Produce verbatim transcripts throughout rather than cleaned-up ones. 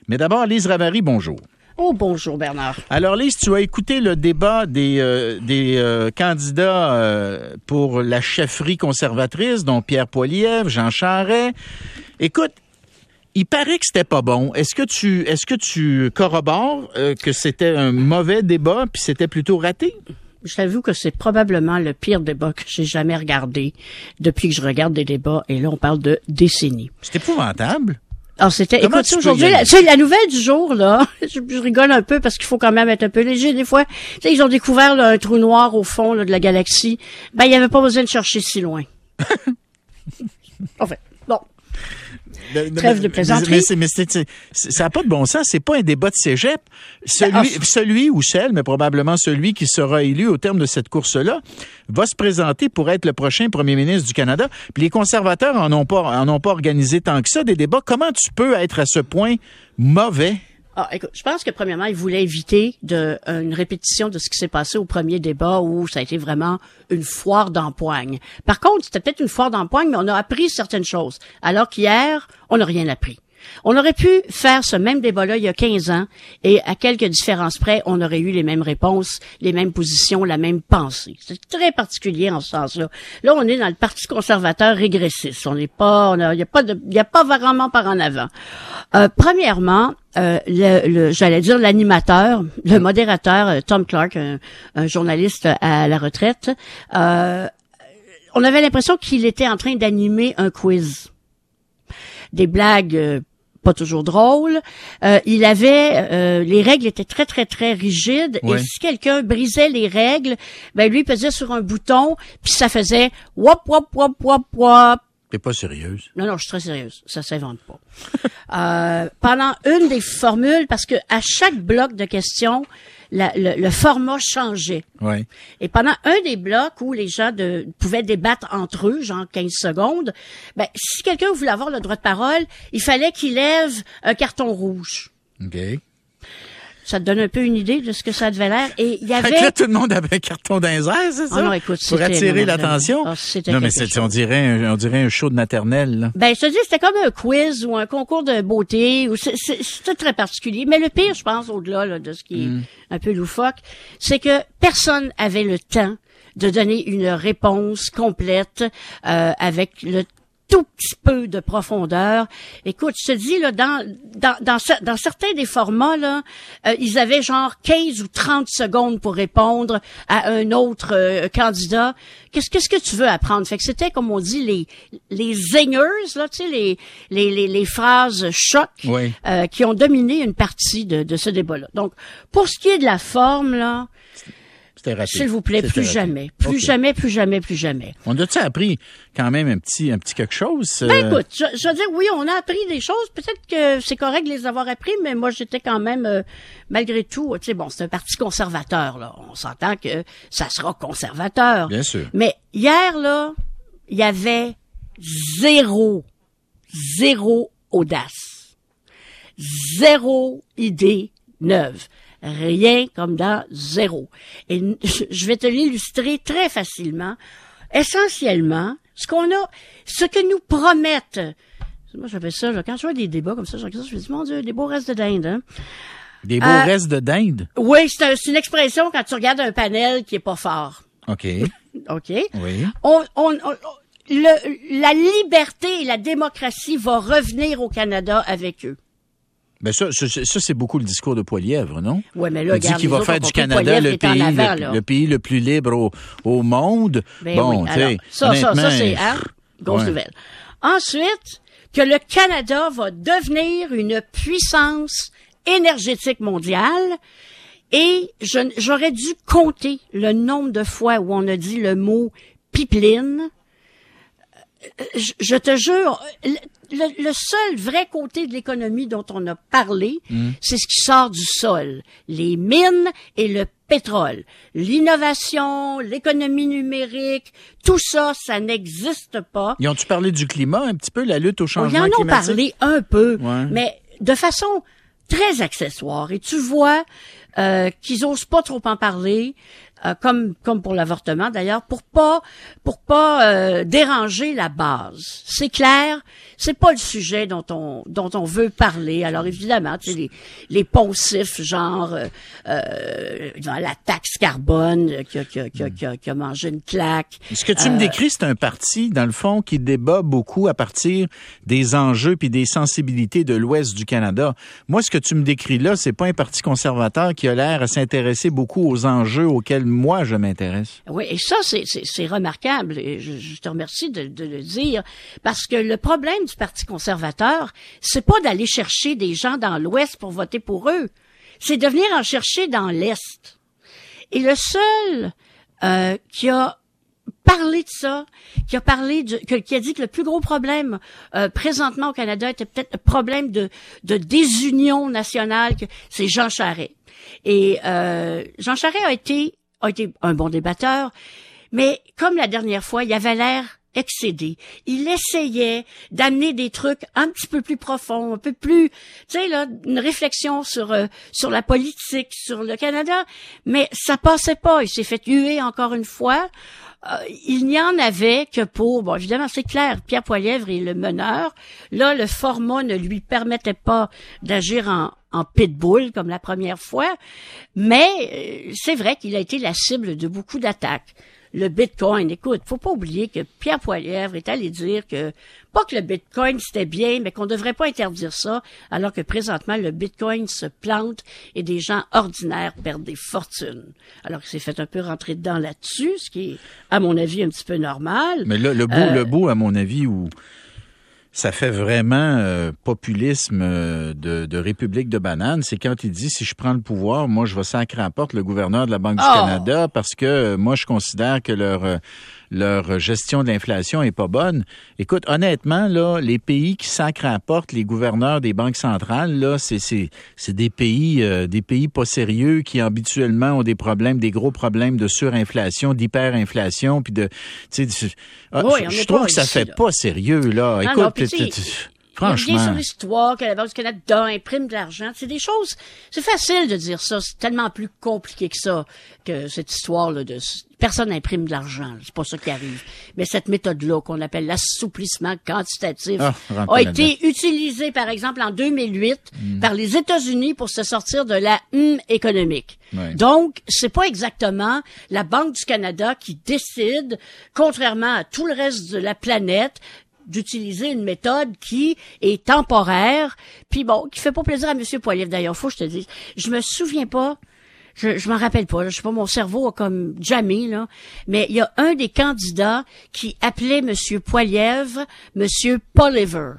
Mais d'abord, Lise Ravary, bonjour. Oh, bonjour Bernard. Alors Lise, tu as écouté le débat des, euh, des euh, candidats euh, pour la chefferie conservatrice, dont Pierre Poilievre, Jean Charest. Écoute, il paraît que c'était pas bon. Est-ce que tu est-ce que tu corrobores euh, que c'était un mauvais débat puis c'était plutôt raté? Je t'avoue que c'est probablement le pire débat que j'ai jamais regardé depuis que je regarde des débats. Et là, on parle de décennies. C'est épouvantable. Alors, c'était, Comment écoute, tu peux aujourd'hui, y la, aller? tu sais, la nouvelle du jour, là, je, je rigole un peu parce qu'il faut quand même être un peu léger des fois. Tu sais, ils ont découvert là, un trou noir au fond là, de la galaxie. Ben, il n'y avait pas besoin de chercher si loin. En fait, bon. Trêve de plaisanterie. Mais, c'est, mais c'est, c'est, ça n'a pas de bon sens. C'est pas un débat de cégep. Celui, Ah, celui ou celle, mais probablement celui qui sera élu au terme de cette course-là, va se présenter pour être le prochain premier ministre du Canada. Puis les conservateurs en ont pas, en ont pas organisé tant que ça des débats. Comment tu peux être à ce point mauvais? Ah, écoute, je pense que premièrement, ils voulaient éviter de, une répétition de ce qui s'est passé au premier débat où ça a été vraiment une foire d'empoigne. Par contre, c'était peut-être une foire d'empoigne, mais on a appris certaines choses. Alors qu'hier, on n'a rien appris. On aurait pu faire ce même débat-là il y a quinze ans et à quelques différences près, on aurait eu les mêmes réponses, les mêmes positions, la même pensée. C'est très particulier en ce sens-là. Là, on est dans le Parti conservateur régressiste. On n'est pas, il n'y a pas de, il y a pas vraiment par en avant. Euh, premièrement, euh, le, le, j'allais dire l'animateur, le modérateur euh, Tom Clark, un, un journaliste à la retraite, euh, on avait l'impression qu'il était en train d'animer un quiz. Des blagues euh, pas toujours drôles. Euh, il avait euh, les règles étaient très très très rigides Ouais. et si quelqu'un brisait les règles, ben lui il pesait sur un bouton puis ça faisait wop wop wop wop wop. T'es pas sérieuse. Non non, je suis très sérieuse, ça s'invente pas. euh, pendant une des formules parce que à chaque bloc de questions, la, le, le format changeait. Ouais. Et pendant un des blocs où les gens de, pouvaient débattre entre eux, genre quinze secondes, ben, si quelqu'un voulait avoir le droit de parole, il fallait qu'il lève un carton rouge. OK. Ça te donne un peu une idée de ce que ça devait l'air. Et il y Fait avait... que là, tout le monde avait un carton dans les airs, c'est ça? Ah non, écoute, pour c'était- attirer non, l'attention? ah, c'était non, mais quelque c'est, on dirait un, on dirait un show de maternelle, là. Ben, je te dis, c'était comme un quiz ou un concours de beauté. Ou c'est, c'est, c'était très particulier. Mais le pire, je pense, au-delà là, de ce qui est Mm. un peu loufoque, c'est que personne avait le temps de donner une réponse complète euh, avec le tout petit peu de profondeur. Écoute, je te dis, là, dans, dans, dans, ce- dans certains des formats, là, euh, ils avaient genre quinze ou trente secondes pour répondre à un autre euh, candidat. Qu'est-ce, qu'est-ce que tu veux apprendre? Fait que c'était, comme on dit, les, les zingers, là, tu sais, les, les, les, les phrases choc, Oui. euh, qui ont dominé une partie de, de ce débat-là. Donc, pour ce qui est de la forme, là, C'était raté. s'il vous plaît, C'était plus raté. jamais, plus OK. jamais, plus jamais, plus jamais. On a-tu appris quand même un petit, un petit quelque chose? Ben euh, écoute, je, je veux dire, oui, on a appris des choses. Peut-être que c'est correct de les avoir appris, mais moi, j'étais quand même, euh, malgré tout, tu sais, bon, c'est un parti conservateur, là. On s'entend que ça sera conservateur. Bien sûr. Mais hier, là, il y avait zéro, zéro audace. Zéro idée neuve. Rien comme dans zéro. Et n- je vais te l'illustrer très facilement. Essentiellement, ce qu'on a, ce que nous promettent, moi j'appelle ça, là, quand je vois des débats comme ça, je regarde ça, je me dis, mon Dieu, des beaux restes de dinde, hein. Des beaux Euh, restes de dinde? Oui, c'est, un- c'est une expression quand tu regardes un panel qui est pas fort. OK. OK? Oui. On, on, on- le, la liberté et la démocratie vont revenir au Canada avec eux. Ben ça, ça, ça, c'est beaucoup le discours de Poilievre, non? Ouais, mais là, Il dit regarde, qu'il les va autres faire ont du compris Canada Poilievre le est en pays, avant, le, là. le pays le plus libre au, au monde. Ben bon, oui, tu alors, sais, ça, ça, ça, honnêtement, c'est, hein, grosse ouais. nouvelle. Ensuite, que le Canada va devenir une puissance énergétique mondiale et je, j'aurais dû compter le nombre de fois où on a dit le mot pipeline. Je, je te jure, le, le, le seul vrai côté de l'économie dont on a parlé, Mm. c'est ce qui sort du sol. Les mines et le pétrole. L'innovation, l'économie numérique, tout ça, ça n'existe pas. Ils ont-tu parlé du climat un petit peu, la lutte au Ils changement en ont climatique? parlé un peu, Ouais. mais de façon très accessoire. Et tu vois euh, qu'ils osent pas trop en parler. euh, comme comme pour l'avortement d'ailleurs, pour pas pour pas euh, déranger la base. C'est clair, c'est pas le sujet dont on dont on veut parler. Alors évidemment, tu sais, les les poncifs genre euh, euh, la taxe carbone qui a, qui a, qui a, qui a, qui a mangé une claque. Ce que tu euh, me décris, c'est un parti dans le fond qui débat beaucoup à partir des enjeux puis des sensibilités de l'Ouest du Canada. Moi, ce que tu me décris là, c'est pas un parti conservateur qui a l'air à s'intéresser beaucoup aux enjeux auxquels moi je m'intéresse. Oui, et ça, c'est, c'est, c'est remarquable. Et je, je te remercie de, de le dire, parce que le problème du Parti conservateur, c'est pas d'aller chercher des gens dans l'Ouest pour voter pour eux. C'est de venir en chercher dans l'Est. Et le seul euh, qui a parlé de ça, qui a parlé de, que, qui a dit que le plus gros problème euh, présentement au Canada était peut-être le problème de, de désunion nationale, que c'est Jean Charest. Et euh, Jean Charest a été a été un bon débatteur, mais comme la dernière fois, il avait l'air excédé. Il essayait d'amener des trucs un petit peu plus profonds, un peu plus, tu sais là, une réflexion sur euh, sur la politique, sur le Canada, mais ça passait pas. Il s'est fait huer encore une fois. Euh, il n'y en avait que pour, bon, évidemment, c'est clair, Pierre Poilievre est le meneur. Là, le format ne lui permettait pas d'agir en, en pitbull comme la première fois, mais euh, c'est vrai qu'il a été la cible de beaucoup d'attaques. Le Bitcoin, écoute, faut pas oublier que Pierre Poilievre est allé dire que, pas que le Bitcoin c'était bien, mais qu'on devrait pas interdire ça, alors que présentement le Bitcoin se plante et des gens ordinaires perdent des fortunes. Alors qu'il s'est fait un peu rentrer dedans là-dessus, ce qui est, à mon avis, un petit peu normal. Mais là, le bout, euh, le bout, à mon avis, où ça fait vraiment euh, populisme euh, de, de République de banane, c'est quand il dit, si je prends le pouvoir, moi, je vais sacrer à la porte le gouverneur de la Banque oh. du Canada parce que euh, moi, je considère que leur euh, leur gestion de l'inflation est pas bonne. Écoute, honnêtement, là, les pays qui sacrent à la porte les gouverneurs des banques centrales, là, c'est c'est c'est des pays euh, des pays pas sérieux qui habituellement ont des problèmes, des gros problèmes de surinflation, d'hyperinflation, puis de, tu sais, oui, je, je trouve que ça ici, fait là. pas sérieux là. Non, Écoute, non, puis, t- t- franchement, il revient sur l'histoire que la Banque du Canada imprime de l'argent. C'est des choses, c'est facile de dire ça. C'est tellement plus compliqué que ça, que cette histoire-là de personne n'imprime de l'argent. C'est pas ça qui arrive. Mais cette méthode-là, qu'on appelle l'assouplissement quantitatif, ah, a été utilisée, par exemple, en deux mille huit mm. par les États-Unis pour se sortir de la hum économique. Ouais. Donc, c'est pas exactement la Banque du Canada qui décide, contrairement à tout le reste de la planète, d'utiliser une méthode qui est temporaire, puis bon, qui fait pas plaisir à M. Poilievre. D'ailleurs, faut que je te dise, je me souviens pas, je, je m'en rappelle pas, là, je sais pas, mon cerveau a comme jamais, là, mais il y a un des candidats qui appelait M. Poilievre M. Poilievre.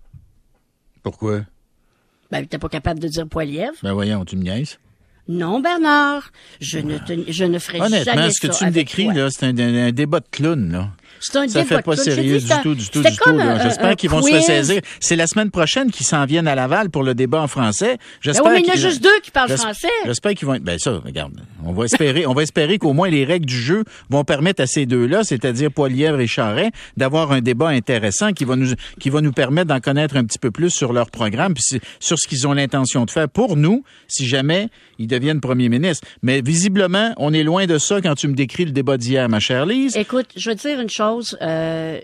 Pourquoi? Ben, il était pas capable de dire Poilievre. Ben voyons, tu me niaises. Non, Bernard, je ne te, je ne ferai Honnêtement, jamais ce que ça tu me décris, toi. là, c'est un, un, un débat de clown, là. C'est un ça débat fait pas de clown. sérieux Dis, du un, tout, du tout, du tout. Un, J'espère un, qu'ils un vont quiz. se ressaisir. C'est la semaine prochaine qu'ils s'en viennent à Laval pour le débat en français. J'espère Ben oui, mais il y en a qu'ils... juste deux qui parlent J'espère... français. J'espère qu'ils vont être... Ben ça, regarde, on va espérer, on va espérer qu'au moins les règles du jeu vont permettre à ces deux-là, c'est-à-dire Poilievre et Charest, d'avoir un débat intéressant qui va nous, qui va nous permettre d'en connaître un petit peu plus sur leur programme, puis sur ce qu'ils ont l'intention de faire pour nous, si jamais ils deviennent premiers ministres. Mais visiblement, on est loin de ça quand tu me décris le débat d'hier, ma chère Lise. Écoute, je veux te dire une chose. Euh,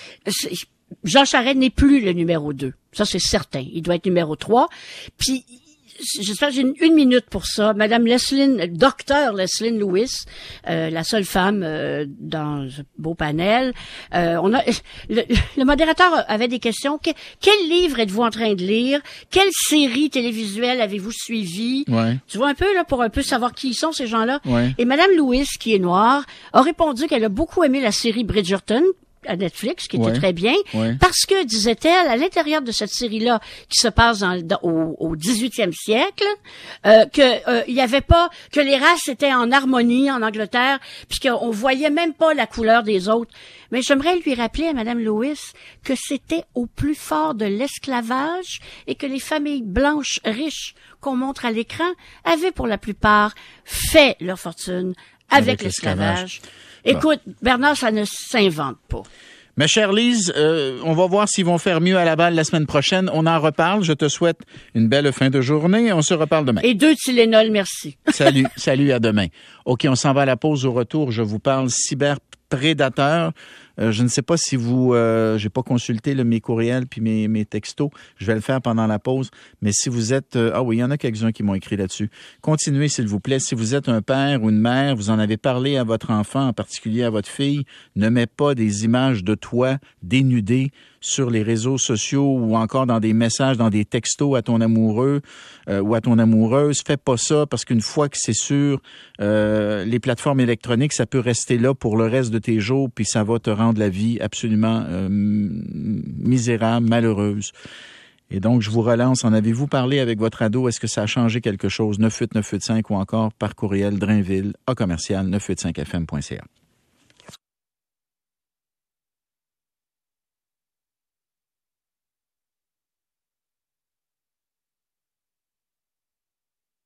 Jean Charest n'est plus le numéro deux. Ça, c'est certain. Il doit être numéro trois. Puis, j'espère que j'ai une, une minute pour ça. Madame Lesline, docteur Lesline Lewis, euh, la seule femme euh, dans ce beau panel. Euh, on a le, le modérateur avait des questions. Que, quel livre êtes-vous en train de lire? Quelle série télévisuelle avez-vous suivi? Ouais. Tu vois un peu là pour un peu savoir qui ils sont ces gens-là. Ouais. Et Madame Lewis, qui est noire, a répondu qu'elle a beaucoup aimé la série Bridgerton à Netflix, qui était ouais. très bien, ouais. parce que, disait-elle, à l'intérieur de cette série-là, qui se passe dans, dans, au, au dix-huitième siècle, euh, que euh, il y avait pas, que les races étaient en harmonie en Angleterre, puis qu'on voyait même pas la couleur des autres. Mais j'aimerais lui rappeler à Madame Lewis que c'était au plus fort de l'esclavage et que les familles blanches riches qu'on montre à l'écran avaient pour la plupart fait leur fortune avec, avec l'esclavage. l'esclavage. Écoute, Bernard, ça ne s'invente pas. Ma chère Lise, euh, on va voir s'ils vont faire mieux à Laval la semaine prochaine. On en reparle. Je te souhaite une belle fin de journée. On se reparle demain. Et deux Tylenol, merci. Salut, salut, à demain. OK, on s'en va à la pause. Au retour, je vous parle cyberprédateurs. Euh, je ne sais pas si vous... Euh, j'ai pas consulté là, mes courriels puis mes, mes textos. Je vais le faire pendant la pause. Mais si vous êtes... Euh, ah oui, il y en a quelques-uns qui m'ont écrit là-dessus. Continuez, s'il vous plaît. Si vous êtes un père ou une mère, vous en avez parlé à votre enfant, en particulier à votre fille, ne mets pas des images de toi dénudé sur les réseaux sociaux ou encore dans des messages, dans des textos à ton amoureux euh, ou à ton amoureuse. Fais pas ça parce qu'une fois que c'est sur euh, les plateformes électroniques, ça peut rester là pour le reste de tes jours puis ça va te rendre la vie absolument euh, misérable, malheureuse. Et donc, je vous relance. En avez-vous parlé avec votre ado? Est-ce que ça a changé quelque chose? neuf huit neuf huit cinq ou encore par courriel Drainville à commercial neuf huit cinq f m point c a.